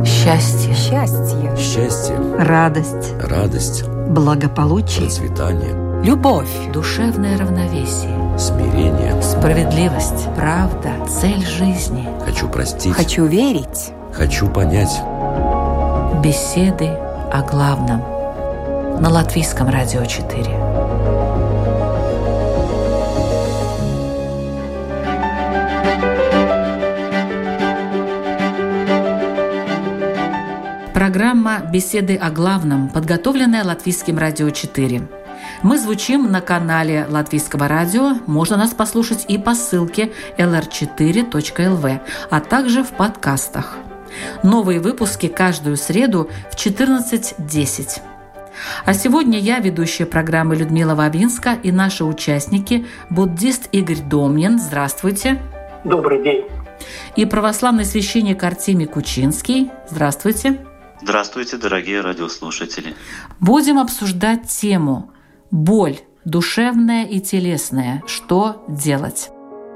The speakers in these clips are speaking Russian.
Счастье. Счастье. Счастье. Радость. Радость. Благополучие. Процветание. Любовь. Душевное равновесие. Смирение. Справедливость. Правда. Цель жизни. Хочу простить. Хочу верить. Хочу понять. Беседы о главном. На Латвийском радио 4. Программа «Беседы о главном», подготовленная Латвийским радио 4. Мы звучим на канале Латвийского радио, можно нас послушать и по ссылке lr4.lv, а также в подкастах. Новые выпуски каждую среду в 14:10. А сегодня я, ведущая программы Людмила Вавинска, и наши участники, буддист Игорь Домнин. Здравствуйте. Добрый день. И православный священник Артемий Кучинский. Здравствуйте. Здравствуйте, дорогие радиослушатели. Будем обсуждать тему «Боль, душевная и телесная. Что делать?».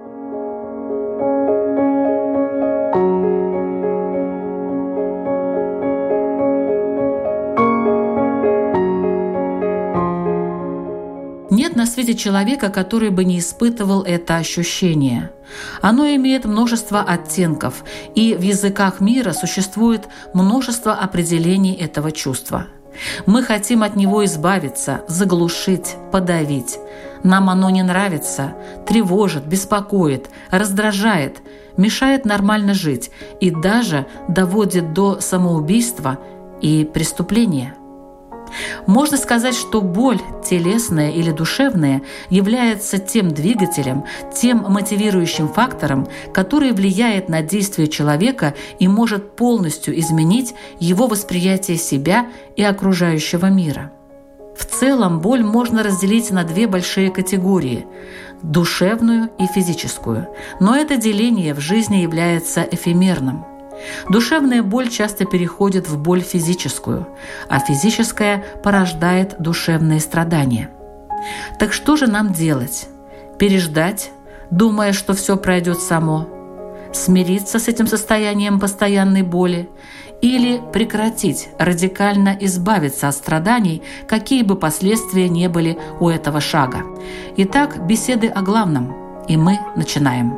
Нет на свете человека, который бы не испытывал это ощущение. Оно имеет множество оттенков, и в языках мира существует множество определений этого чувства. Мы хотим от него избавиться, заглушить, подавить. Нам оно не нравится, тревожит, беспокоит, раздражает, мешает нормально жить и даже доводит до самоубийства и преступления. Можно сказать, что боль, телесная или душевная, является тем двигателем, тем мотивирующим фактором, который влияет на действие человека и может полностью изменить его восприятие себя и окружающего мира. В целом боль можно разделить на две большие категории – душевную и физическую, но это деление в жизни является эфемерным. Душевная боль часто переходит в боль физическую, а физическая порождает душевные страдания. Так что же нам делать? Переждать, думая, что все пройдет само? Смириться с этим состоянием постоянной боли? Или прекратить, радикально избавиться от страданий, какие бы последствия ни были у этого шага? Итак, беседы о главном, и мы начинаем.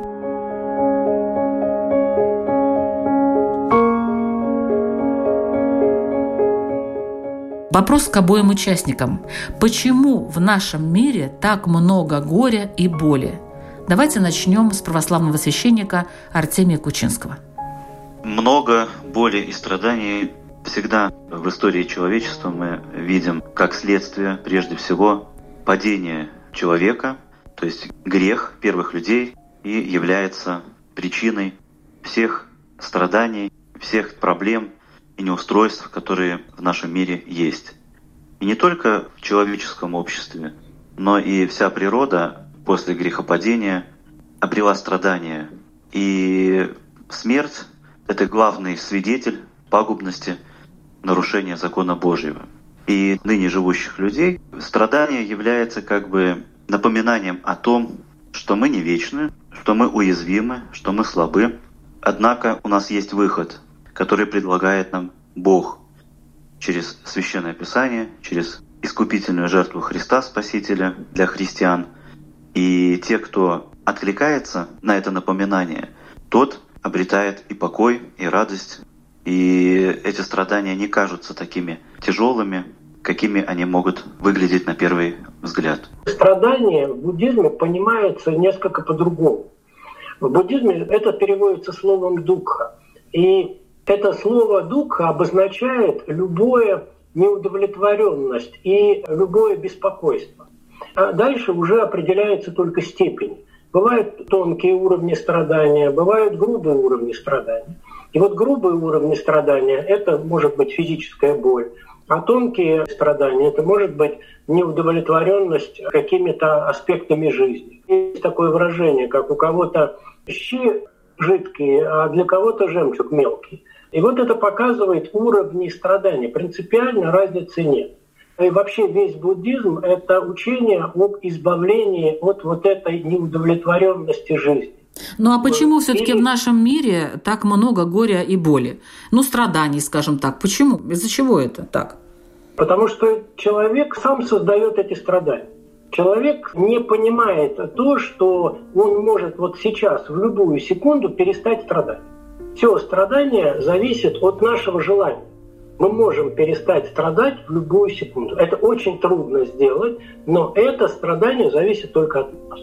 Вопрос к обоим участникам. Почему в нашем мире так много горя и боли? Давайте начнем с православного священника Артемия Кучинского. Много боли и страданий всегда в истории человечества мы видим как следствие, прежде всего, падения человека, то есть грех первых людей, и является причиной всех страданий, всех проблем и неустройств, которые в нашем мире есть. И не только в человеческом обществе, но и вся природа после грехопадения обрела страдания. И смерть — это главный свидетель пагубности нарушения закона Божьего. И ныне живущих людей страдание является как бы напоминанием о том, что мы не вечны, что мы уязвимы, что мы слабы. Однако у нас есть выход, который предлагает нам Бог через Священное Писание, через искупительную жертву Христа Спасителя для христиан. И те, кто откликается на это напоминание, тот обретает и покой, и радость. И эти страдания не кажутся такими тяжелыми, какими они могут выглядеть на первый взгляд. Страдание в буддизме понимается несколько по-другому. В буддизме это переводится словом «дукха». И это слово «дукха» обозначает любую неудовлетворенность и любое беспокойство. А дальше уже определяется только степень. Бывают тонкие уровни страдания, бывают грубые уровни страдания. И вот грубые уровни страдания — это может быть физическая боль, а тонкие страдания — это может быть неудовлетворенность какими-то аспектами жизни. Есть такое выражение, как у кого-то щи жидкие, а для кого-то жемчуг мелкий. И вот это показывает уровни страдания. Принципиально разницы нет. И вообще весь буддизм — это учение об избавлении от вот этой неудовлетворенности жизни. Ну а почему все-таки в нашем мире так много горя и боли? Страданий, скажем так. Почему? Из-за чего это так? Потому что человек сам создает эти страдания. Человек не понимает то, что он может вот сейчас, в любую секунду, перестать страдать. Все страдание зависит от нашего желания. Мы можем перестать страдать в любую секунду. Это очень трудно сделать, но это страдание зависит только от нас.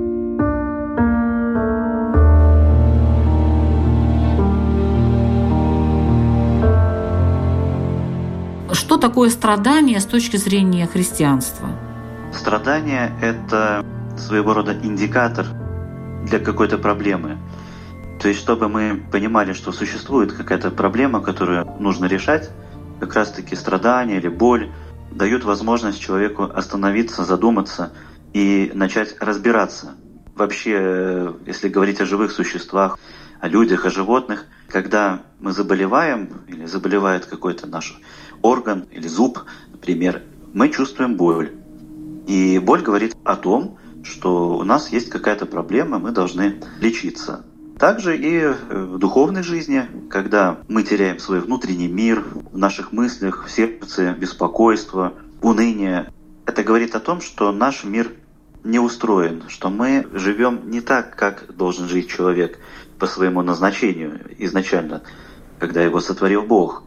Что такое страдание с точки зрения христианства? Страдание – это своего рода индикатор для какой-то проблемы. То есть, чтобы мы понимали, что существует какая-то проблема, которую нужно решать, как раз-таки страдания или боль дают возможность человеку остановиться, задуматься и начать разбираться. Вообще, если говорить о живых существах, о людях, о животных, когда мы заболеваем или заболевает какой-то наш орган или зуб, например, мы чувствуем боль. И боль говорит о том, что у нас есть какая-то проблема, мы должны лечиться. Также и в духовной жизни, когда мы теряем свой внутренний мир, в наших мыслях, в сердце беспокойство, уныние, это говорит о том, что наш мир не устроен, что мы живем не так, как должен жить человек по своему назначению изначально, когда его сотворил Бог.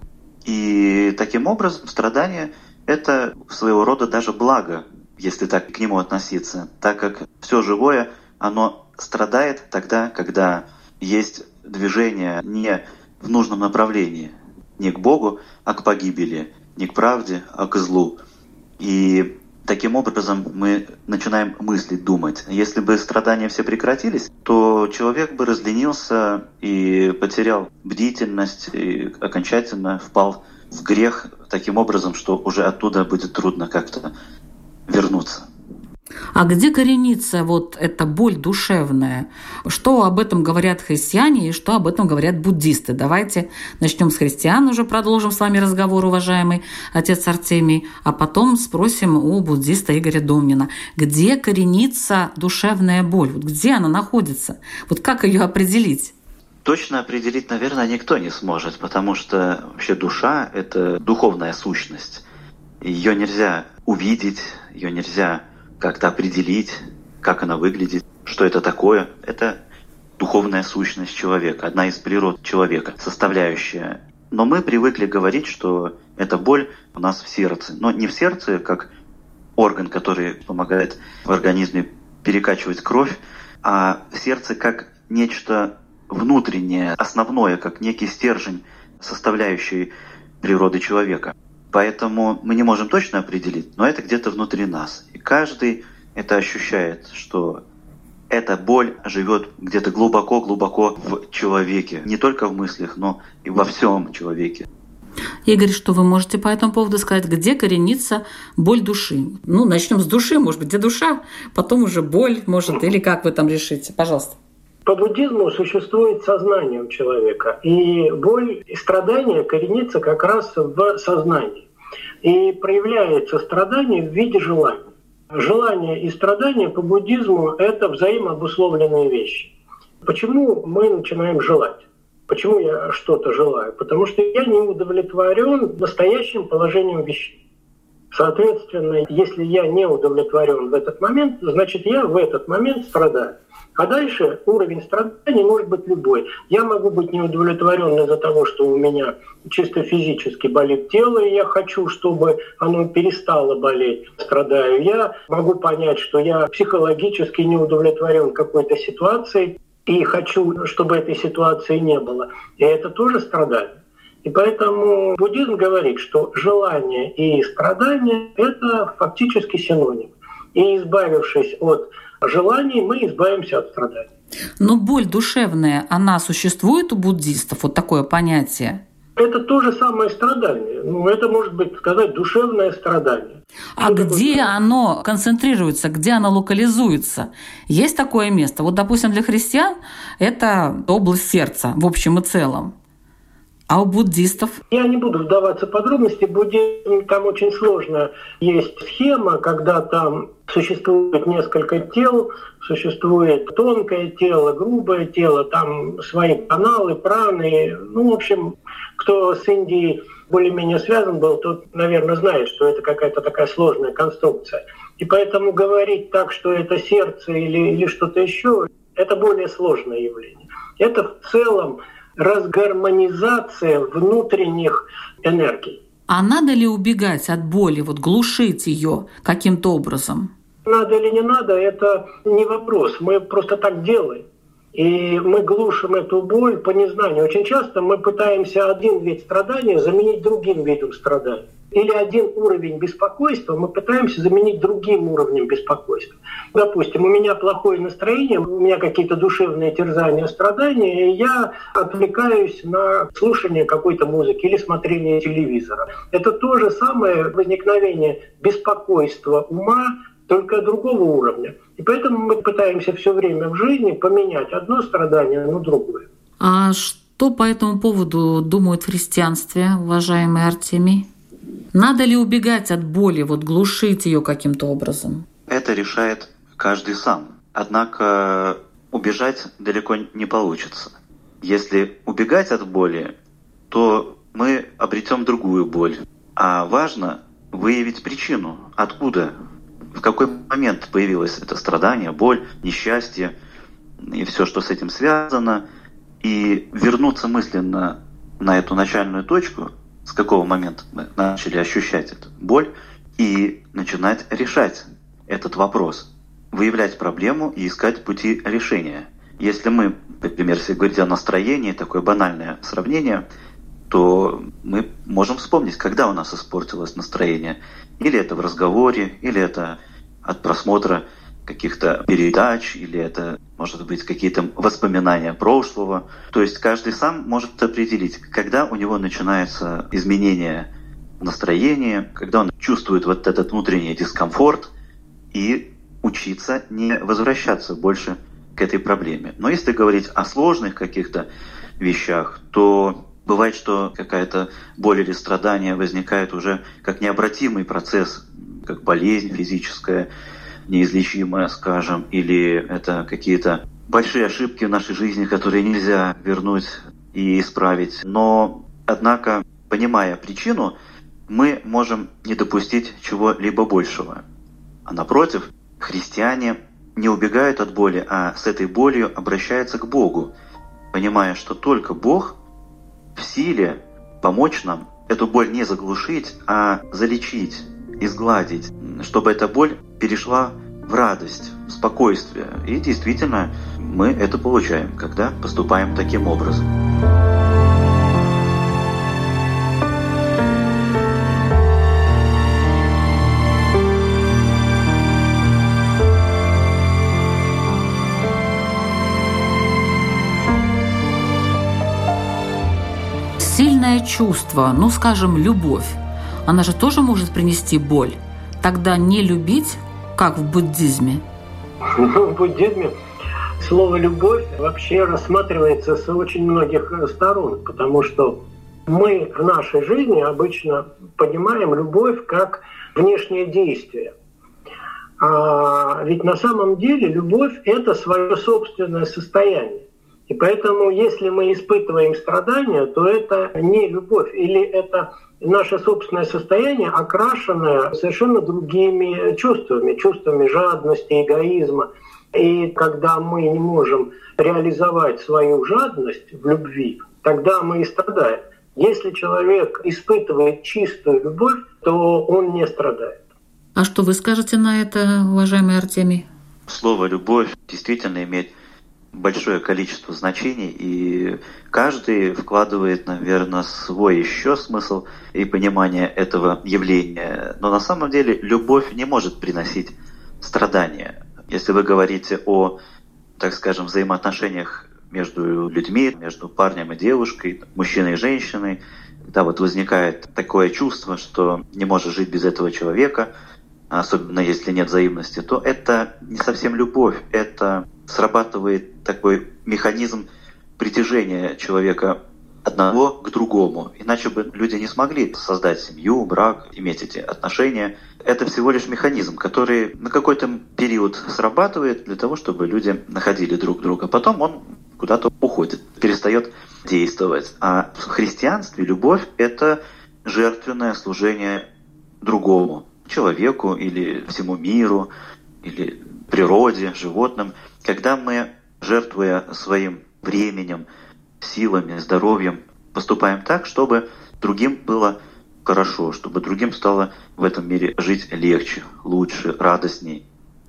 И таким образом страдание – это своего рода даже благо, если так к нему относиться, так как все живое, оно страдает тогда, когда есть движение не в нужном направлении, не к Богу, а к погибели, не к правде, а к злу. И таким образом мы начинаем мыслить, думать. Если бы страдания все прекратились, то человек бы разленился и потерял бдительность, и окончательно впал в грех таким образом, что уже оттуда будет трудно как-то вернуться. А где коренится вот эта боль душевная? Что об этом говорят христиане и что об этом говорят буддисты? Давайте начнем с христиан, уже продолжим с вами разговор, уважаемый отец Артемий, а потом спросим у буддиста Игоря Домнина. Где коренится душевная боль? Вот где она находится? Вот как ее определить? Точно определить, наверное, никто не сможет, потому что вообще душа – это духовная сущность. Ее нельзя увидеть, ее нельзя как-то определить, как она выглядит, что это такое. Это духовная сущность человека, одна из природ человека, составляющая. Но мы привыкли говорить, что эта боль у нас в сердце. Но не в сердце, как орган, который помогает в организме перекачивать кровь, а в сердце как нечто внутреннее, основное, как некий стержень, составляющий природы человека. Поэтому мы не можем точно определить, но это где-то внутри нас. И каждый это ощущает, что эта боль живет где-то глубоко-глубоко в человеке. Не только в мыслях, но и во всем человеке. Игорь, что вы можете по этому поводу сказать? Где коренится боль души? Начнем с души, может быть, где душа, потом уже боль, может, или как вы там решите? Пожалуйста. По буддизму существует сознание у человека, и боль и страдание коренится как раз в сознании. И проявляется страдание в виде желания. Желание и страдание по буддизму – это взаимообусловленные вещи. Почему мы начинаем желать? Почему я что-то желаю? Потому что я не удовлетворен настоящим положением вещей. Соответственно, если я не удовлетворен в этот момент, значит, я в этот момент страдаю. А дальше уровень страданий может быть любой. Я могу быть неудовлетворен из-за того, что у меня чисто физически болит тело, и я хочу, чтобы оно перестало болеть. Страдаю. Я могу понять, что я психологически не удовлетворен какой-то ситуацией, и хочу, чтобы этой ситуации не было. И это тоже страдание. И поэтому буддизм говорит, что желание и страдание — это фактически синоним. И избавившись от желаний, мы избавимся от страданий. Но боль душевная, она существует у буддистов? Вот такое понятие? Это то же самое страдание. Это может быть, сказать, душевное страдание. А где оно концентрируется, где оно локализуется? Есть такое место? Вот, допустим, для христиан это область сердца в общем и целом. А у буддистов? Я не буду вдаваться в подробности. Буддизм там очень сложно. Есть схема, когда там существует несколько тел, существует тонкое тело, грубое тело, там свои каналы, праны. Ну, в общем, кто с Индией более-менее связан был, тот, наверное, знает, что это какая-то такая сложная конструкция. И поэтому говорить так, что это сердце или что-то еще, это более сложное явление. Это в целом разгармонизация внутренних энергий. А надо ли убегать от боли, глушить ее каким-то образом? Надо или не надо, это не вопрос. Мы просто так делаем. И мы глушим эту боль по незнанию. Очень часто мы пытаемся один вид страдания заменить другим видом страдания. Или один уровень беспокойства мы пытаемся заменить другим уровнем беспокойства. Допустим, у меня плохое настроение, у меня какие-то душевные терзания, страдания, и я отвлекаюсь на слушание какой-то музыки или смотрение телевизора. Это то же самое возникновение беспокойства ума, только другого уровня. И поэтому мы пытаемся все время в жизни поменять одно страдание на другое. А что по этому поводу думают в христианстве, уважаемый Артемий? Надо ли убегать от боли, глушить ее каким-то образом? Это решает каждый сам. Однако убежать далеко не получится. Если убегать от боли, то мы обретем другую боль. А важно выявить причину, откуда, в какой момент появилось это страдание, боль, несчастье и все, что с этим связано, и вернуться мысленно на эту начальную точку, с какого момента мы начали ощущать эту боль, и начинать решать этот вопрос, выявлять проблему и искать пути решения. Если мы, например, если говорить о настроении, такое банальное сравнение, то мы можем вспомнить, когда у нас испортилось настроение. Или это в разговоре, или это от просмотра каких-то передач, или это, может быть, какие-то воспоминания прошлого. То есть каждый сам может определить, когда у него начинается изменение настроения, когда он чувствует этот внутренний дискомфорт, и учиться не возвращаться больше к этой проблеме. Но если говорить о сложных каких-то вещах, то бывает, что какая-то боль или страдание возникает уже как необратимый процесс, как болезнь физическая, неизлечимая, скажем, или это какие-то большие ошибки в нашей жизни, которые нельзя вернуть и исправить. Но, однако, понимая причину, мы можем не допустить чего-либо большего. А напротив, христиане не убегают от боли, а с этой болью обращаются к Богу, понимая, что только Бог в силе помочь нам эту боль не заглушить, а залечить, изгладить, чтобы эта боль перешла в радость, в спокойствие. И действительно, мы это получаем, когда поступаем таким образом. Сильное чувство, скажем, любовь, она же тоже может принести боль. Тогда не любить, как в буддизме? В буддизме слово «любовь» вообще рассматривается с очень многих сторон, потому что мы в нашей жизни обычно понимаем любовь как внешнее действие. А ведь на самом деле любовь — это свое собственное состояние. И поэтому, если мы испытываем страдания, то это не любовь, или это наше собственное состояние, окрашенное совершенно другими чувствами жадности, эгоизма. И когда мы не можем реализовать свою жадность в любви, тогда мы и страдаем. Если человек испытывает чистую любовь, то он не страдает. А что вы скажете на это, уважаемый Артемий? Слово «любовь» действительно имеет большое количество значений, и каждый вкладывает, наверное, свой еще смысл и понимание этого явления. Но на самом деле любовь не может приносить страдания. Если вы говорите о, так скажем, взаимоотношениях между людьми, между парнем и девушкой, мужчиной и женщиной, когда возникает такое чувство, что не можешь жить без этого человека, особенно если нет взаимности, то это не совсем любовь, это срабатывает такой механизм притяжения человека одного к другому. Иначе бы люди не смогли создать семью, брак, иметь эти отношения. Это всего лишь механизм, который на какой-то период срабатывает для того, чтобы люди находили друг друга. Потом он куда-то уходит, перестает действовать. А в христианстве любовь – это жертвенное служение другому, человеку или всему миру, или природе, животным. Когда мы, жертвуя своим временем, силами, здоровьем, поступаем так, чтобы другим было хорошо, чтобы другим стало в этом мире жить легче, лучше, радостней.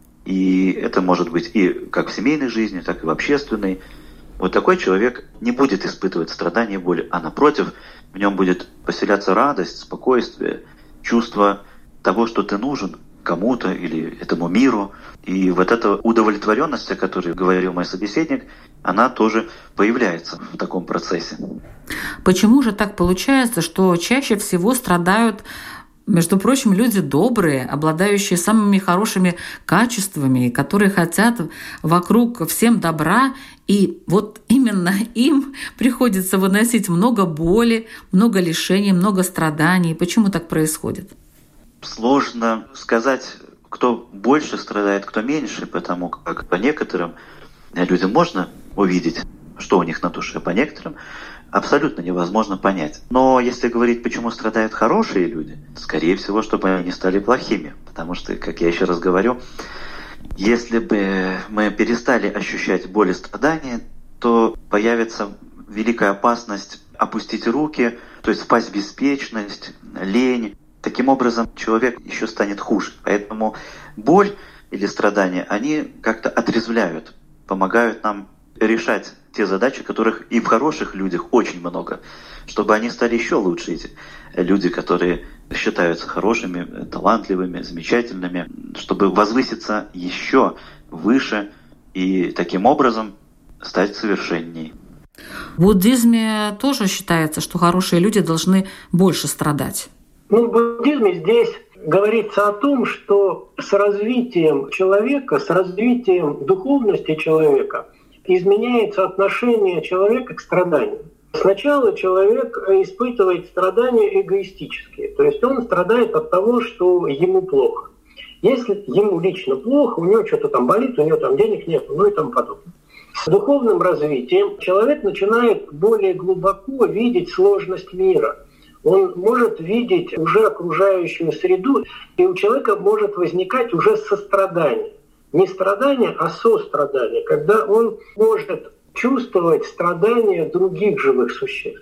И это может быть и как в семейной жизни, так и в общественной. Вот такой человек не будет испытывать страдания и боли, а напротив, в нем будет поселяться радость, спокойствие, чувство того, что ты нужен кому-то или этому миру. И вот эта удовлетворенность, о которой говорил мой собеседник, она тоже появляется в таком процессе. Почему же так получается, что чаще всего страдают, между прочим, люди добрые, обладающие самыми хорошими качествами, которые хотят вокруг всем добра, и вот именно им приходится выносить много боли, много лишений, много страданий? Почему так происходит? Сложно сказать, кто больше страдает, кто меньше, потому как по некоторым людям можно увидеть, что у них на душе, по некоторым абсолютно невозможно понять. Но если говорить, почему страдают хорошие люди, скорее всего, чтобы они не стали плохими. Потому что, как я еще раз говорю, если бы мы перестали ощущать боль и страдания, то появится великая опасность опустить руки, то есть впасть в беспечность, лень. Таким образом, человек еще станет хуже. Поэтому боль или страдания, они как-то отрезвляют, помогают нам решать те задачи, которых и в хороших людях очень много, чтобы они стали еще лучше, эти люди, которые считаются хорошими, талантливыми, замечательными, чтобы возвыситься еще выше и таким образом стать совершенней. В буддизме тоже считается, что хорошие люди должны больше страдать. В буддизме здесь говорится о том, что с развитием человека, с развитием духовности человека изменяется отношение человека к страданию. Сначала человек испытывает страдания эгоистические, то есть он страдает от того, что ему плохо. Если ему лично плохо, у него что-то там болит, у него там денег нет, ну и тому подобное. С духовным развитием человек начинает более глубоко видеть сложность мира. Он может видеть уже окружающую среду, и у человека может возникать уже сострадание. Не страдание, а сострадание, когда он может чувствовать страдания других живых существ.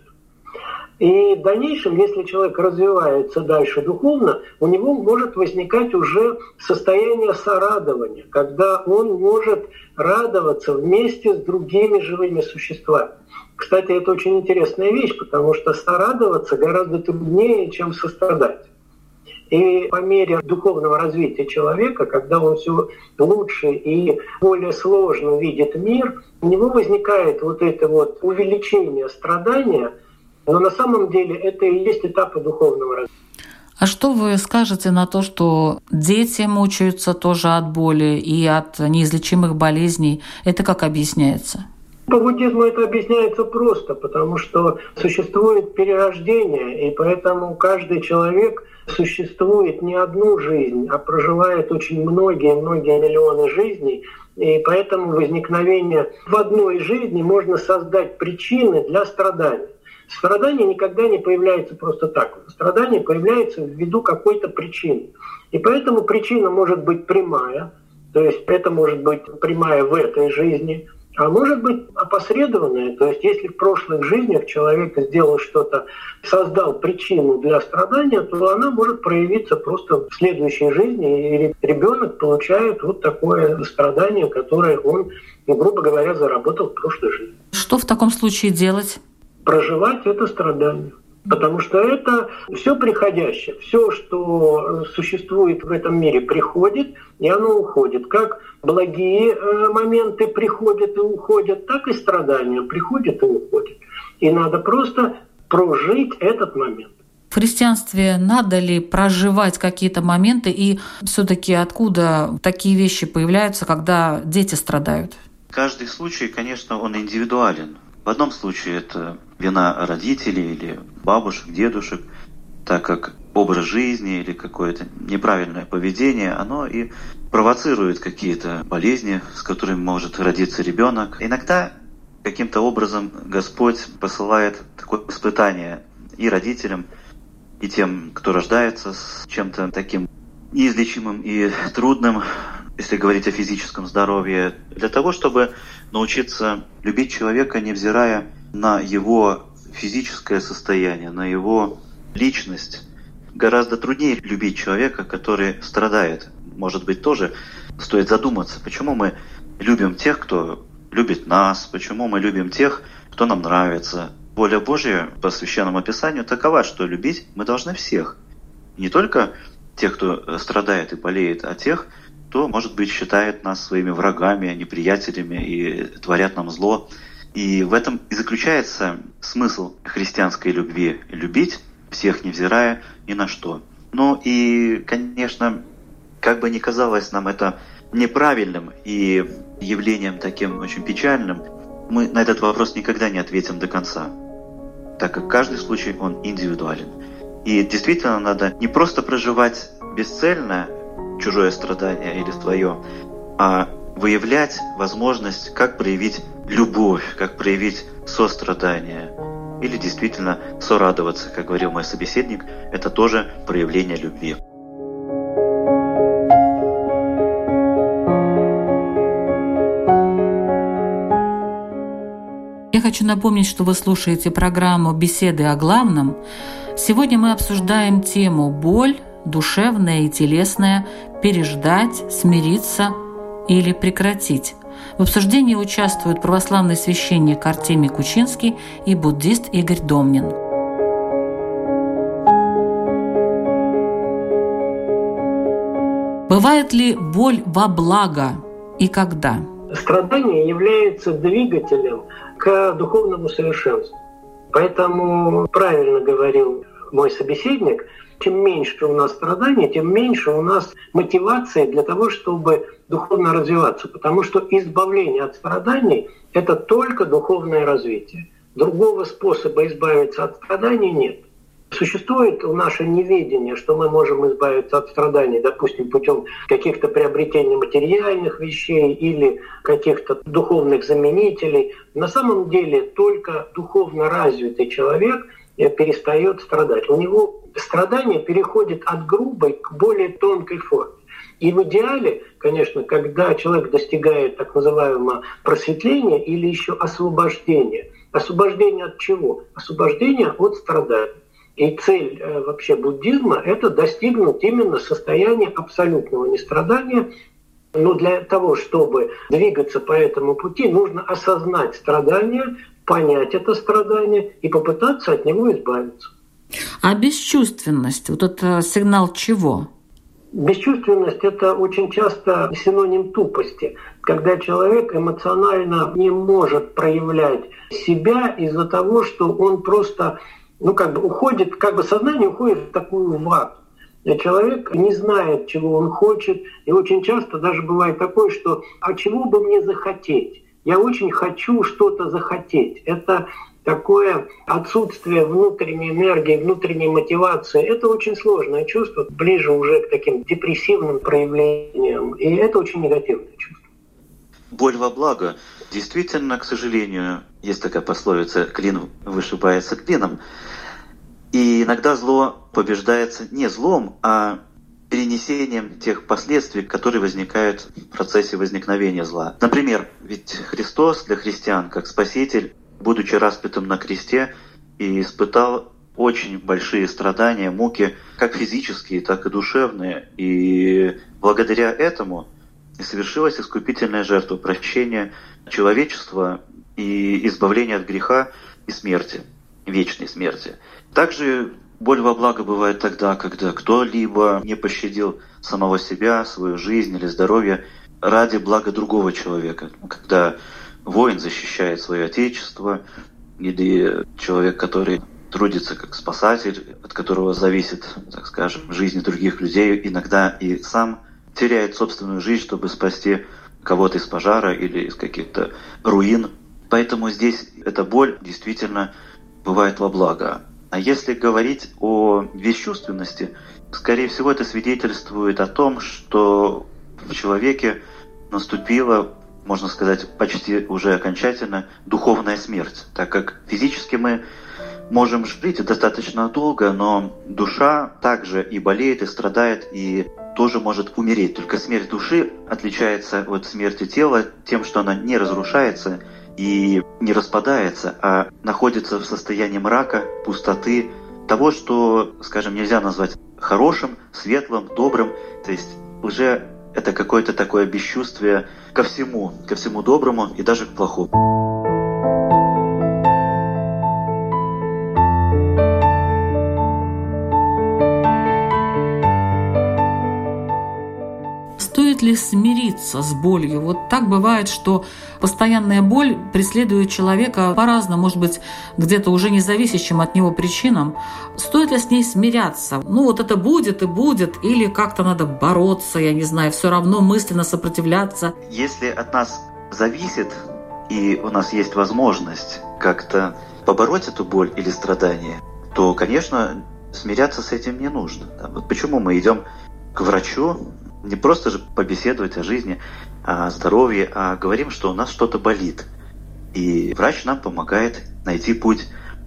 И в дальнейшем, если человек развивается дальше духовно, у него может возникать уже состояние сорадования, когда он может радоваться вместе с другими живыми существами. Кстати, это очень интересная вещь, потому что сорадоваться гораздо труднее, чем сострадать. И по мере духовного развития человека, когда он все лучше и более сложно видит мир, у него возникает вот это вот увеличение страдания, но на самом деле это и есть этапы духовного развития. А что вы скажете на то, что дети мучаются тоже от боли и от неизлечимых болезней? Это как объясняется? По буддизму это объясняется просто, потому что существует перерождение, и поэтому каждый человек существует не одну жизнь, а проживает очень многие-многие миллионы жизней, и поэтому возникновение в одной жизни можно создать причины для страданий. Страдание никогда не появляется просто так. Страдание появляется ввиду какой-то причины. И поэтому причина может быть прямая, то есть это может быть прямая в этой жизни, а может быть опосредованная, то есть если в прошлых жизнях человек сделал что-то, создал причину для страдания, то она может проявиться просто в следующей жизни, и ребенок получает вот такое страдание, которое он, грубо говоря, заработал в прошлой жизни. Что в таком случае делать? Проживать это страдание. Потому что это все приходящее, все, что существует в этом мире, приходит, и оно уходит. Как благие моменты приходят и уходят, так и страдания приходят и уходят. И надо просто прожить этот момент. В христианстве надо ли проживать какие-то моменты, и все-таки откуда такие вещи появляются, когда дети страдают? Каждый случай, конечно, он индивидуален. В одном случае это вина родителей или бабушек, дедушек, так как образ жизни или какое-то неправильное поведение, оно и провоцирует какие-то болезни, с которыми может родиться ребенок. Иногда каким-то образом Господь посылает такое испытание и родителям, и тем, кто рождается с чем-то таким неизлечимым и трудным, если говорить о физическом здоровье, для того, чтобы научиться любить человека, невзирая на его физическое состояние, на его личность. Гораздо труднее любить человека, который страдает. Может быть, тоже стоит задуматься, почему мы любим тех, кто любит нас, почему мы любим тех, кто нам нравится. Воля Божья по Священному Писанию такова, что любить мы должны всех. Не только тех, кто страдает и болеет, а тех, кто, может быть, считает нас своими врагами, неприятелями и творят нам зло. И в этом и заключается смысл христианской любви – любить всех, невзирая ни на что. Ну и, конечно, как бы ни казалось нам это неправильным и явлением таким очень печальным, мы на этот вопрос никогда не ответим до конца, так как каждый случай, он индивидуален. И действительно надо не просто проживать бесцельно чужое страдание или твое, а выявлять возможность, как проявить любовь, как проявить сострадание. Или действительно сорадоваться, как говорил мой собеседник, это тоже проявление любви. Я хочу напомнить, что вы слушаете программу «Беседы о главном». Сегодня мы обсуждаем тему «Боль, душевная и телесная, переждать, смириться или прекратить». В обсуждении участвуют православный священник Артемий Кучинский и буддист Игорь Домнин. Бывает ли боль во благо и когда? Страдание является двигателем к духовному совершенству. Поэтому правильно говорил мой собеседник, чем меньше у нас страданий, тем меньше у нас мотивации для того, чтобы духовно развиваться. Потому что избавление от страданий — это только духовное развитие. Другого способа избавиться от страданий нет. Существует наше неведение, что мы можем избавиться от страданий, допустим, путем каких-то приобретений материальных вещей или каких-то духовных заменителей. На самом деле только духовно развитый человек перестает страдать. У него страдание переходит от грубой к более тонкой форме. И в идеале, конечно, когда человек достигает так называемого просветления или еще освобождения. Освобождение от чего? Освобождение от страданий. И цель вообще буддизма — это достигнуть именно состояния абсолютного нестрадания. Но для того, чтобы двигаться по этому пути, нужно осознать страдание, понять это страдание и попытаться от него избавиться. А бесчувственность — вот это сигнал чего? Бесчувственность — это очень часто синоним тупости, когда человек эмоционально не может проявлять себя из-за того, что он просто уходит, сознание уходит в такую вату. И человек не знает, чего он хочет. И очень часто даже бывает такое, что «а чего бы мне захотеть?» Я очень хочу что-то захотеть. Это такое отсутствие внутренней энергии, внутренней мотивации. Это очень сложное чувство, ближе уже к таким депрессивным проявлениям. И это очень негативное чувство. Боль во благо. Действительно, к сожалению, есть такая пословица «клин вышибается клином». И иногда зло побеждается не злом, а перенесением тех последствий, которые возникают в процессе возникновения зла. Например, ведь Христос для христиан, как Спаситель, будучи распятым на кресте, и испытал очень большие страдания, муки, как физические, так и душевные. И благодаря этому и совершилась искупительная жертва прощения человечества и избавления от греха и смерти, вечной смерти. Также боль во благо бывает тогда, когда кто-либо не пощадил самого себя, свою жизнь или здоровье ради блага другого человека. Когда воин защищает свое отечество, или человек, который трудится как спасатель, от которого зависит, так скажем, жизнь других людей, иногда и сам теряет собственную жизнь, чтобы спасти кого-то из пожара или из каких-то руин. Поэтому здесь эта боль действительно бывает во благо. А если говорить о бесчувственности, скорее всего, это свидетельствует о том, что в человеке наступила, можно сказать, почти уже окончательно духовная смерть, так как физически мы можем жить достаточно долго, но душа также и болеет, и страдает, и тоже может умереть. Только смерть души отличается от смерти тела тем, что она не разрушается и не распадается, а находится в состоянии мрака, пустоты, того, что, скажем, нельзя назвать хорошим, светлым, добрым. То есть уже это какое-то такое бесчувствие ко всему доброму и даже к плохому. Стоит ли смириться с болью? Вот так бывает, что постоянная боль преследует человека по-разному, может быть, где-то уже независящим от него причинам. Стоит ли с ней смиряться? Вот это будет и будет, или как-то надо бороться, я не знаю, все равно мысленно сопротивляться? Если от нас зависит, и у нас есть возможность как-то побороть эту боль или страдание, то, конечно, смиряться с этим не нужно. Вот почему мы идем к врачу, не просто же побеседовать о жизни, о здоровье, а говорим, что у нас что-то болит. И врач нам помогает найти путь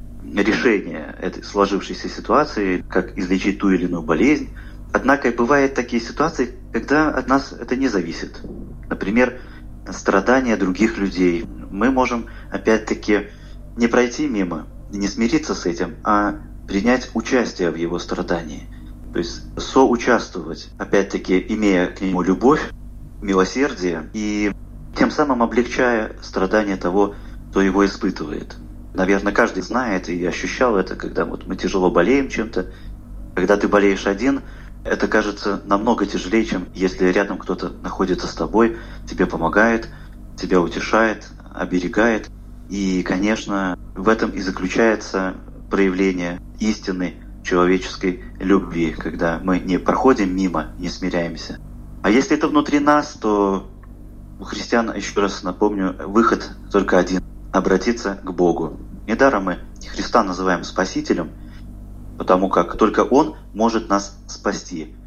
решения этой сложившейся ситуации, как излечить ту или иную болезнь. Однако бывают такие ситуации, когда от нас это не зависит. Например, страдания других людей. Мы можем, опять-таки, не пройти мимо, не смириться с этим, а принять участие в его страдании. То есть соучаствовать, опять-таки, имея к нему любовь, милосердие и тем самым облегчая страдания того, кто его испытывает. Наверное, каждый знает и ощущал это, когда вот мы тяжело болеем чем-то. Когда ты болеешь один, это кажется намного тяжелее, чем если рядом кто-то находится с тобой, тебе помогает, тебя утешает, оберегает. И, конечно, в этом и заключается проявление истины человеческой любви, когда мы не проходим мимо, не смиряемся. А если это внутри нас, то у христиан, еще раз напомню, выход только один – обратиться к Богу. Недаром мы Христа называем Спасителем, потому как только Он может нас спасти.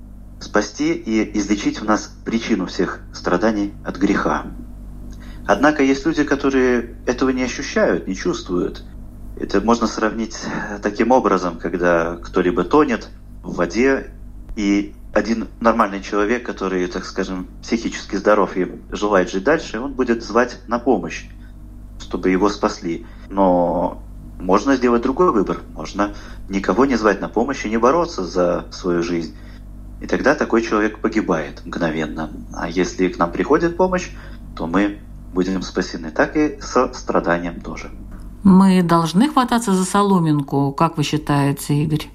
Спасти и излечить в нас причину всех страданий от греха. Однако есть люди, которые этого не ощущают, не чувствуют. Это можно сравнить таким образом, когда кто-либо тонет в воде, и один нормальный человек, который, так скажем, психически здоров и желает жить дальше, он будет звать на помощь, чтобы его спасли. Но можно сделать другой выбор. Можно никого не звать на помощь и не бороться за свою жизнь. И тогда такой человек погибает мгновенно. А если к нам приходит помощь, то мы будем спасены. Так и со страданием тоже. Мы должны хвататься за соломинку, как вы считаете, Игорь?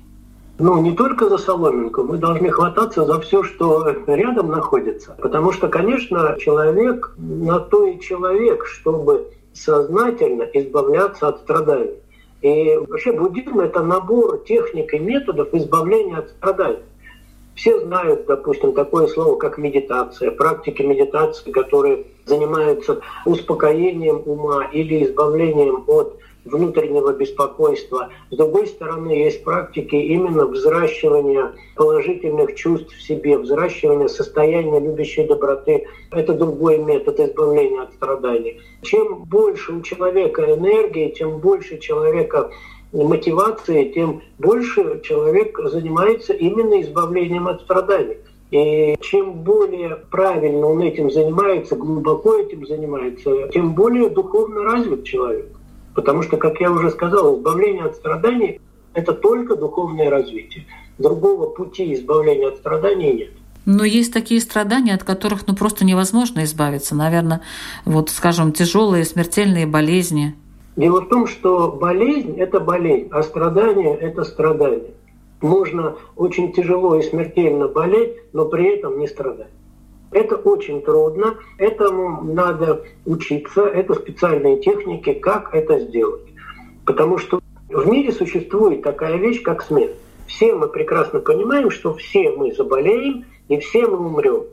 Не только за соломинку, мы должны хвататься за все, что рядом находится. Потому что, конечно, человек на то и человек, чтобы сознательно избавляться от страданий. И вообще буддизм – это набор техник и методов избавления от страданий. Все знают, допустим, такое слово, как медитация, практики медитации, которые занимаются успокоением ума или избавлением от внутреннего беспокойства. С другой стороны, есть практики именно взращивания положительных чувств в себе, взращивания состояния любящей доброты. Это другой метод избавления от страданий. Чем больше у человека энергии, тем больше человека мотивации, тем больше человек занимается именно избавлением от страданий. И чем более правильно он этим занимается, глубоко этим занимается, тем более духовно развит человек. Потому что, как я уже сказал, избавление от страданий – это только духовное развитие. Другого пути избавления от страданий нет. Но есть такие страдания, от которых просто невозможно избавиться. Наверное, скажем, тяжелые смертельные болезни. Дело в том, что болезнь – это болезнь, а страдание – это страдание. Можно очень тяжело и смертельно болеть, но при этом не страдать. Это очень трудно, этому надо учиться, это специальные техники, как это сделать. Потому что в мире существует такая вещь, как смерть. Все мы прекрасно понимаем, что все мы заболеем и все мы умрем.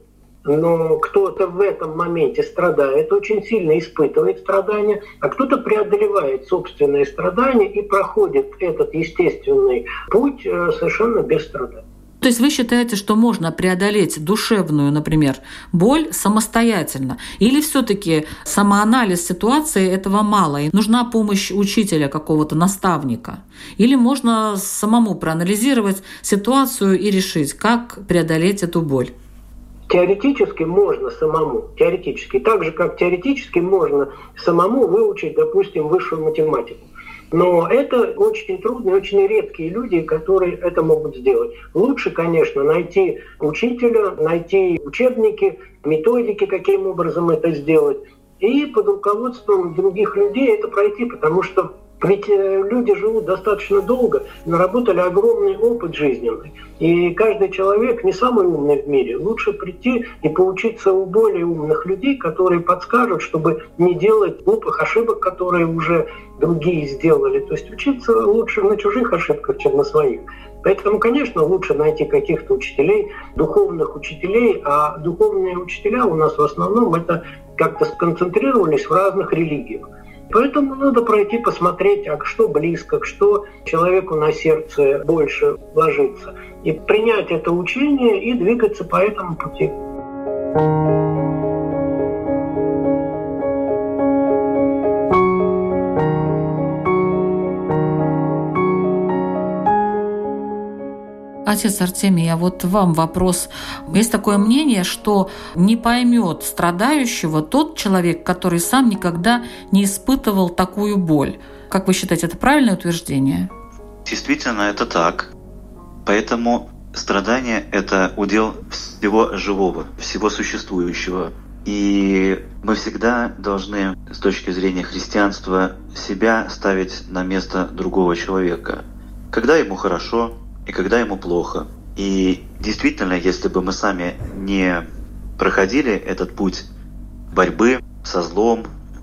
но кто-то в этом моменте страдает, очень сильно испытывает страдания, а кто-то преодолевает собственные страдания и проходит этот естественный путь совершенно без страданий. То есть вы считаете, что можно преодолеть душевную, например, боль самостоятельно? Или все-таки самоанализ ситуации этого мало, и нужна помощь учителя, какого-то наставника? Или можно самому проанализировать ситуацию и решить, как преодолеть эту боль? Теоретически можно самому, теоретически. Так же, как теоретически можно самому выучить, допустим, высшую математику. Но это очень трудные, очень редкие люди, которые это могут сделать. Лучше, конечно, найти учителя, найти учебники, методики, каким образом это сделать, и под руководством других людей это пройти, потому что ведь люди живут достаточно долго, наработали огромный опыт жизненный. И каждый человек не самый умный в мире. Лучше прийти и поучиться у более умных людей, которые подскажут, чтобы не делать глупых ошибок, которые уже другие сделали. То есть учиться лучше на чужих ошибках, чем на своих. Поэтому, конечно, лучше найти каких-то учителей, духовных учителей. А духовные учителя у нас в основном это как-то сконцентрировались в разных религиях. Поэтому надо пройти, посмотреть, а что близко, что человеку на сердце больше ложится. И принять это учение и двигаться по этому пути. Отец Артемий, а вот вам вопрос. Есть такое мнение, что не поймет страдающего тот человек, который сам никогда не испытывал такую боль. Как вы считаете, это правильное утверждение? Действительно, это так. Поэтому страдание — это удел всего живого, всего существующего. И мы всегда должны, с точки зрения христианства, себя ставить на место другого человека. Когда ему хорошо, и когда ему плохо. И действительно, если бы мы сами не проходили этот путь борьбы со злом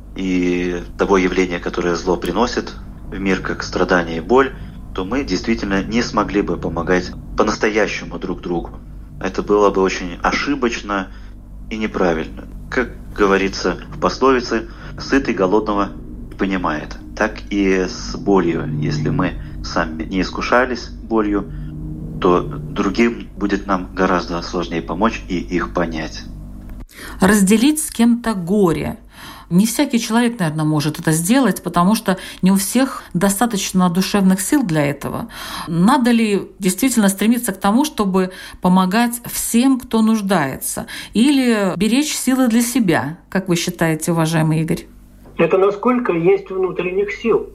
и того явления, которое зло приносит в мир, как страдание и боль, то мы действительно не смогли бы помогать по-настоящему друг другу. Это было бы очень ошибочно и неправильно. Как говорится в пословице, «сытый голодного понимает». Так и с болью. Если мы сами не искушались болью, то другим будет нам гораздо сложнее помочь и их понять. Разделить с кем-то горе. Не всякий человек, наверное, может это сделать, потому что не у всех достаточно душевных сил для этого. Надо ли действительно стремиться к тому, чтобы помогать всем, кто нуждается, или беречь силы для себя, как вы считаете, уважаемый Игорь? Это насколько есть внутренних сил.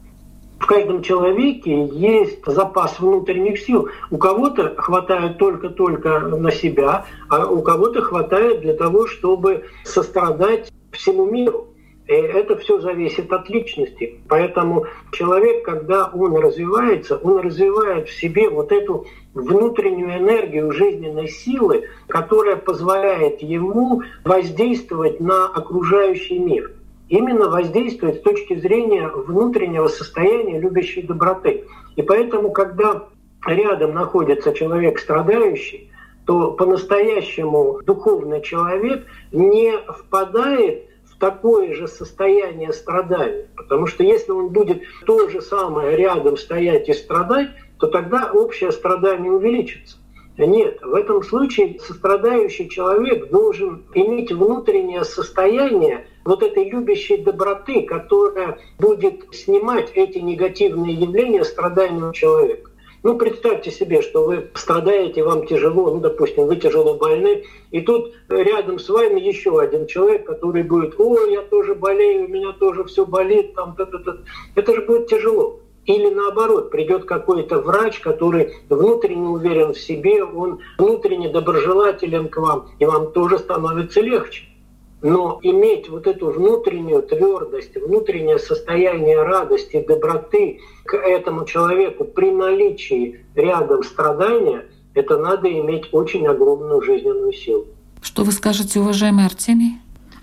В каждом человеке есть запас внутренних сил. У кого-то хватает только на себя, а у кого-то хватает для того, чтобы сострадать всему миру. И это все зависит от личности. Поэтому человек, когда он развивается, он развивает в себе вот эту внутреннюю энергию жизненной силы, которая позволяет ему воздействовать на окружающий мир. Именно воздействует с точки зрения внутреннего состояния любящей доброты. И поэтому, когда рядом находится человек страдающий, то по-настоящему духовный человек не впадает в такое же состояние страдания. Потому что если он будет то же самое рядом стоять и страдать, то тогда общее страдание увеличится. Нет, в этом случае сострадающий человек должен иметь внутреннее состояние вот этой любящей доброты, которая будет снимать эти негативные явления страдания у человека. Ну, представьте себе, что вы страдаете, вам тяжело, допустим, вы тяжело больны, и тут рядом с вами еще один человек, который будет: «Ой, я тоже болею, у меня тоже все болит», это же будет тяжело. Или наоборот, придет какой-то врач, который внутренне уверен в себе, он внутренне доброжелателен к вам, и вам тоже становится легче. Но иметь вот эту внутреннюю твердость, внутреннее состояние радости, доброты к этому человеку при наличии рядом страдания, это надо иметь очень огромную жизненную силу. Что вы скажете, уважаемый Артемий?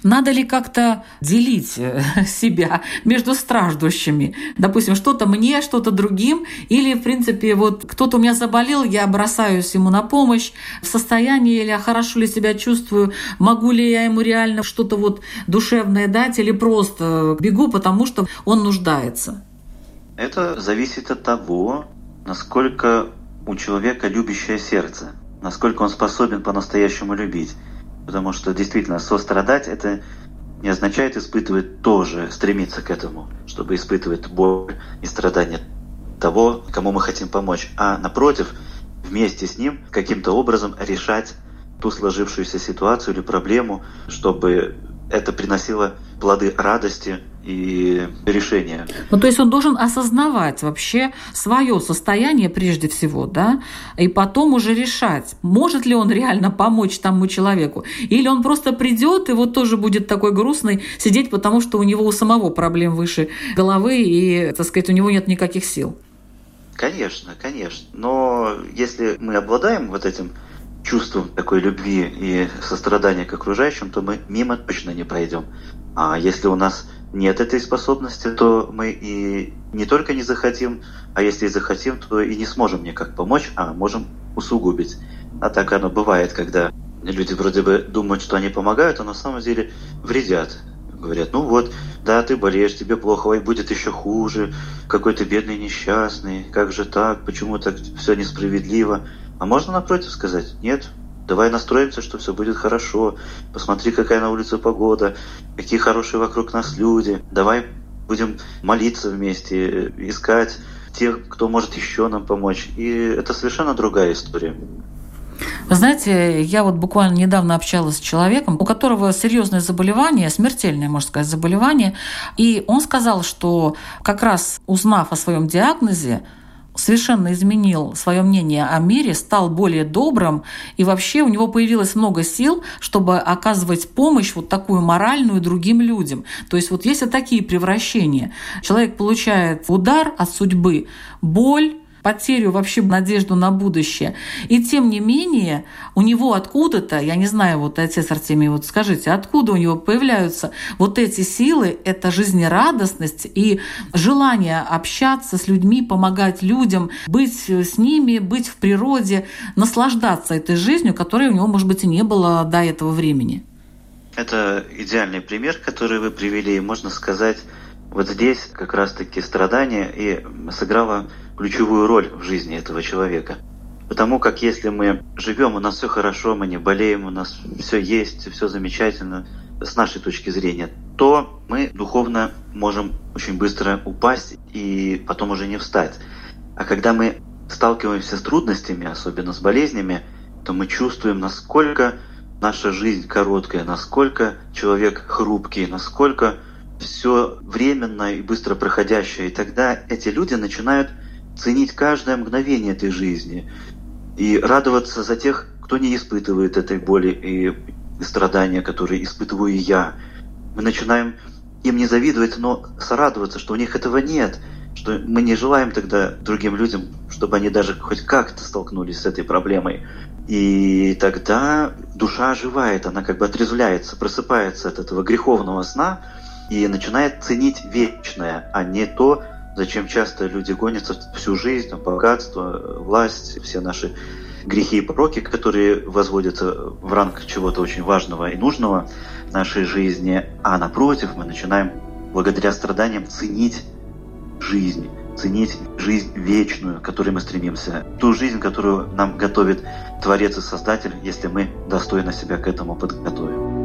Надо ли как-то делить себя между страждущими? Допустим, что-то мне, что-то другим, или, в принципе, вот кто-то у меня заболел, я бросаюсь ему на помощь, в состоянии или хорошо ли себя чувствую, могу ли я ему реально что-то вот душевное дать, или просто бегу, потому что он нуждается? Это зависит от того, насколько у человека любящее сердце, насколько он способен по-настоящему любить. Потому что действительно сострадать — это не означает испытывать тоже, стремиться к этому, чтобы испытывать боль и страдания того, кому мы хотим помочь, а напротив, вместе с ним каким-то образом решать ту сложившуюся ситуацию или проблему, чтобы это приносило плоды радости и решения. Ну, то есть он должен осознавать вообще свое состояние прежде всего, да, и потом уже решать, может ли он реально помочь тому человеку, или он просто придет и вот тоже будет такой грустный сидеть, потому что у него у самого проблем выше головы и, так сказать, у него нет никаких сил. Конечно, конечно. Но если мы обладаем вот этим чувством такой любви и сострадания к окружающим, то мы мимо точно не пройдем. А если у нас нет этой способности, то мы и не только не захотим, а если и захотим, то и не сможем никак помочь, а можем усугубить. А так оно бывает, когда люди вроде бы думают, что они помогают, а на самом деле вредят. Говорят, ну вот, да, ты болеешь, тебе плохо, ой, будет еще хуже, какой ты бедный несчастный, как же так, почему так все несправедливо? А можно напротив сказать, нет, давай настроимся, что все будет хорошо, посмотри, какая на улице погода, какие хорошие вокруг нас люди, давай будем молиться вместе, искать тех, кто может еще нам помочь. И это совершенно другая история. Вы знаете, я вот буквально недавно общалась с человеком, у которого серьезное заболевание, смертельное, можно сказать, заболевание, и он сказал, что как раз узнав о своем диагнозе, совершенно изменил свое мнение о мире, стал более добрым, и вообще у него появилось много сил, чтобы оказывать помощь вот такую моральную другим людям. То есть вот есть и такие превращения. Человек получает удар от судьбы, боль, потерю вообще надежду на будущее. И тем не менее у него откуда-то, я не знаю, вот отец Артемий, вот скажите, откуда у него появляются вот эти силы, это жизнерадостность и желание общаться с людьми, помогать людям, быть с ними, быть в природе, наслаждаться этой жизнью, которой у него, может быть, и не было до этого времени. Это идеальный пример, который вы привели. Можно сказать, вот здесь как раз-таки страдание и сыграло ключевую роль в жизни этого человека. Потому как если мы живем, у нас все хорошо, мы не болеем, у нас все есть, все замечательно с нашей точки зрения, то мы духовно можем очень быстро упасть и потом уже не встать. А когда мы сталкиваемся с трудностями, особенно с болезнями, то мы чувствуем, насколько наша жизнь короткая, насколько человек хрупкий, насколько все временно и быстро проходящее. И тогда эти люди начинают ценить каждое мгновение этой жизни и радоваться за тех, кто не испытывает этой боли и страдания, которые испытываю я. Мы начинаем им не завидовать, но сорадоваться, что у них этого нет, что мы не желаем тогда другим людям, чтобы они даже хоть как-то столкнулись с этой проблемой. И тогда душа оживает, она как бы отрезвляется, просыпается от этого греховного сна и начинает ценить вечное, а не то, зачем часто люди гонятся всю жизнь, богатство, власть, все наши грехи и пороки, которые возводятся в ранг чего-то очень важного и нужного в нашей жизни. А напротив, мы начинаем благодаря страданиям ценить жизнь вечную, к которой мы стремимся. Ту жизнь, которую нам готовит Творец и Создатель, если мы достойно себя к этому подготовим.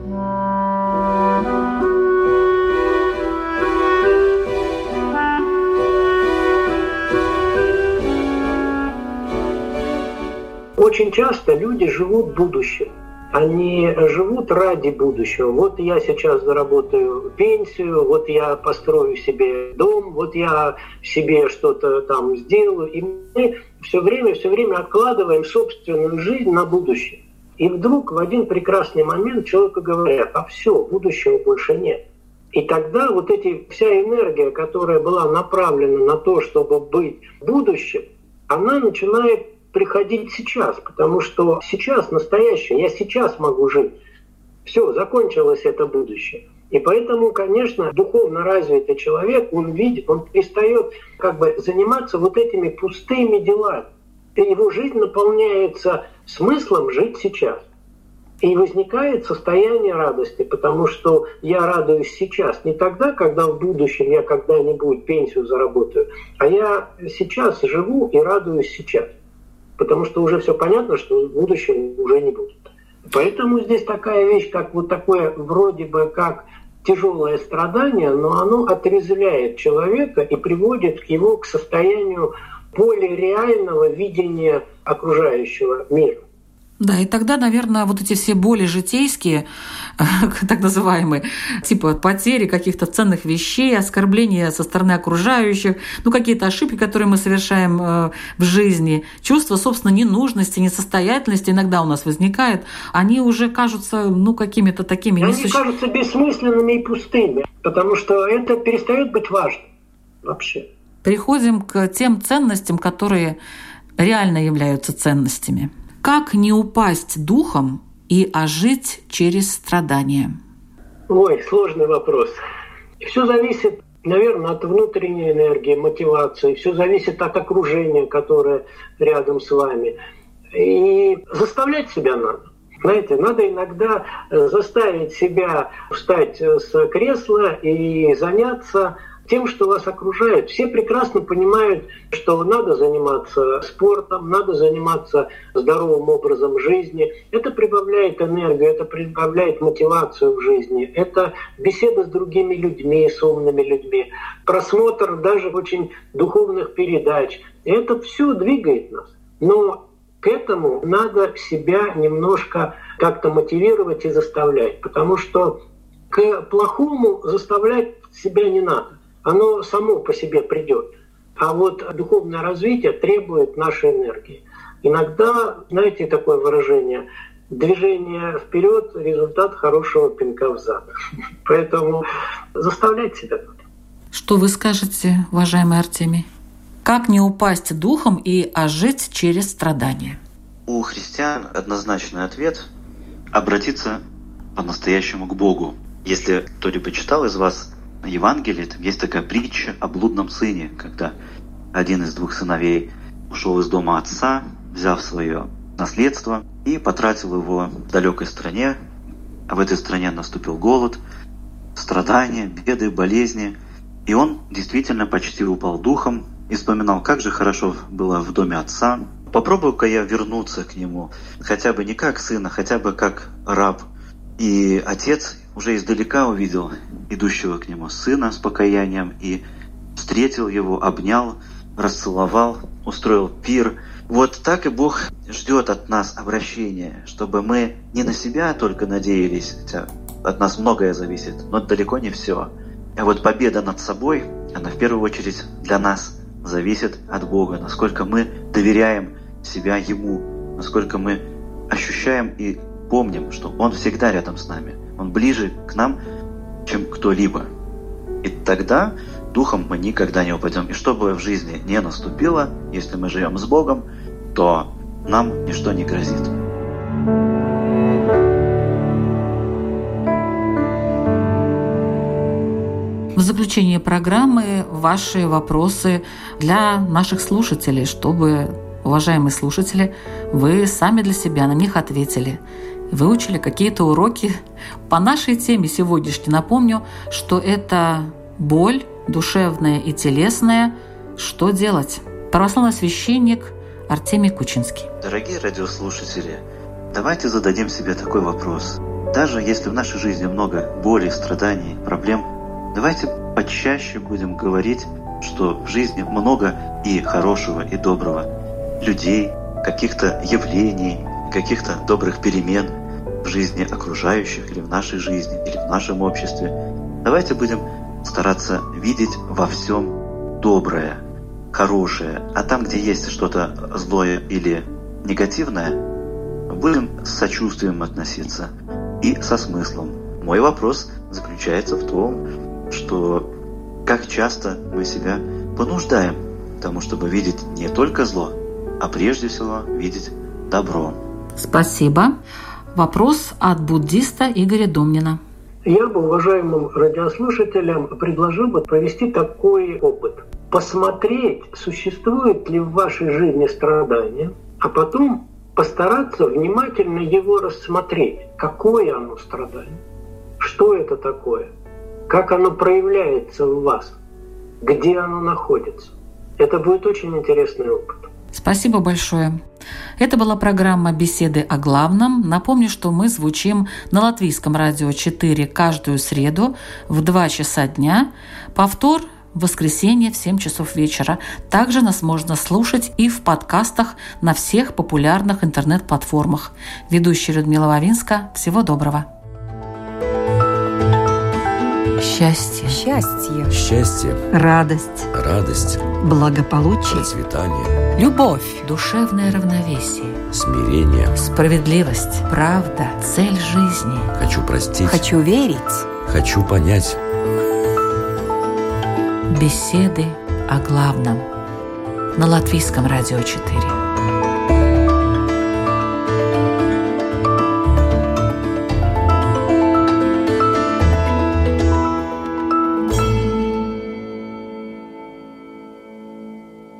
Очень часто люди живут будущим. Они живут ради будущего. Вот я сейчас заработаю пенсию, вот я построю себе дом, вот я себе что-то там сделаю. И мы все время откладываем собственную жизнь на будущее. И вдруг в один прекрасный момент человеку говорят, а все, будущего больше нет. И тогда вот вся энергия, которая была направлена на то, чтобы быть будущим, она начинает приходить сейчас, потому что сейчас настоящее, я сейчас могу жить. Все, закончилось это будущее. И поэтому, конечно, духовно развитый человек, он видит, он перестает заниматься вот этими пустыми делами. И его жизнь наполняется смыслом жить сейчас. И возникает состояние радости, потому что я радуюсь сейчас. Не тогда, когда в будущем я когда-нибудь пенсию заработаю, а я сейчас живу и радуюсь сейчас. Потому что уже все понятно, что в будущем уже не будет. Поэтому здесь такая вещь, как вот такое вроде бы как тяжелое страдание, но оно отрезвляет человека и приводит его к состоянию более реального видения окружающего мира. Да, и тогда, наверное, вот эти все боли житейские, так называемые, типа потери каких-то ценных вещей, оскорбления со стороны окружающих, какие-то ошибки, которые мы совершаем в жизни, чувство, собственно, ненужности, несостоятельности иногда у нас возникает, они уже кажутся, какими-то такими... Они кажутся бессмысленными и пустыми, потому что это перестает быть важным вообще. Приходим к тем ценностям, которые реально являются ценностями. Как не упасть духом и ожить через страдания? Ой, сложный вопрос. Все зависит, наверное, от внутренней энергии, мотивации, все зависит от окружения, которое рядом с вами. И заставлять себя надо. Знаете, надо иногда заставить себя встать с кресла и заняться тем, что вас окружает. Все прекрасно понимают, что надо заниматься спортом, надо заниматься здоровым образом жизни. Это прибавляет энергию, это прибавляет мотивацию в жизни. Это беседа с другими людьми, с умными людьми, просмотр даже очень духовных передач. Это все двигает нас. Но к этому надо себя немножко как-то мотивировать и заставлять, потому что к плохому заставлять себя не надо. Оно само по себе придет. А вот духовное развитие требует нашей энергии. Иногда, знаете, такое выражение: движение вперед — результат хорошего пинка в зад. Поэтому заставлять себя надо. Что вы скажете, уважаемый Артемий? Как не упасть духом и ожить через страдания? У христиан однозначный ответ — обратиться по-настоящему к Богу. Если кто-либо читал из вас Евангелие, там есть такая притча о блудном сыне, когда один из двух сыновей ушел из дома отца, взяв свое наследство и потратил его в далекой стране. А в этой стране наступил голод, страдания, беды, болезни. И он действительно почти упал духом и вспоминал, как же хорошо было в доме отца. Попробую-ка я вернуться к нему, хотя бы не как сын, а хотя бы как раб. И отец уже издалека увидел идущего к нему сына с покаянием и встретил его, обнял, расцеловал, устроил пир. Вот так и Бог ждет от нас обращения, чтобы мы не на себя только надеялись, хотя от нас многое зависит, но далеко не все. А вот победа над собой, она в первую очередь для нас зависит от Бога, насколько мы доверяем себя Ему, насколько мы ощущаем и помним, что Он всегда рядом с нами. Он ближе к нам, чем кто-либо. И тогда духом мы никогда не упадем. И что бы в жизни не наступило, если мы живем с Богом, то нам ничто не грозит. В заключение программы ваши вопросы для наших слушателей, чтобы, уважаемые слушатели, вы сами для себя на них ответили. Выучили какие-то уроки по нашей теме сегодняшней. Напомню, что это боль душевная и телесная. Что делать? Православный священник Артемий Кучинский. Дорогие радиослушатели, давайте зададим себе такой вопрос. Даже если в нашей жизни много боли, страданий, проблем, давайте почаще будем говорить, что в жизни много и хорошего, и доброго. Людей, каких-то явлений, каких-то добрых перемен в жизни окружающих, или в нашей жизни, или в нашем обществе. Давайте будем стараться видеть во всем доброе, хорошее. А там, где есть что-то злое или негативное, будем с сочувствием относиться и со смыслом. Мой вопрос заключается в том, что как часто мы себя понуждаем к тому, чтобы видеть не только зло, а прежде всего видеть добро. Спасибо. Вопрос от буддиста Игоря Домнина. Я бы уважаемым радиослушателям предложил бы провести такой опыт. Посмотреть, существует ли в вашей жизни страдание, а потом постараться внимательно его рассмотреть. Какое оно страдание? Что это такое? Как оно проявляется в вас? Где оно находится? Это будет очень интересный опыт. Спасибо большое. Это была программа «Беседы о главном». Напомню, что мы звучим на Латвийском радио 4 каждую среду в 2 часа дня, повтор в воскресенье в 7 часов вечера. Также нас можно слушать и в подкастах на всех популярных интернет-платформах. Ведущая Людмила Вавинска. Всего доброго. Счастье. Счастье. Счастье. Радость. Радость. Благополучие. Процветание. Любовь. Душевное равновесие. Смирение. Справедливость. Правда. Цель жизни. Хочу простить. Хочу верить. Хочу понять. Беседы о главном. На Латвийском радио 4.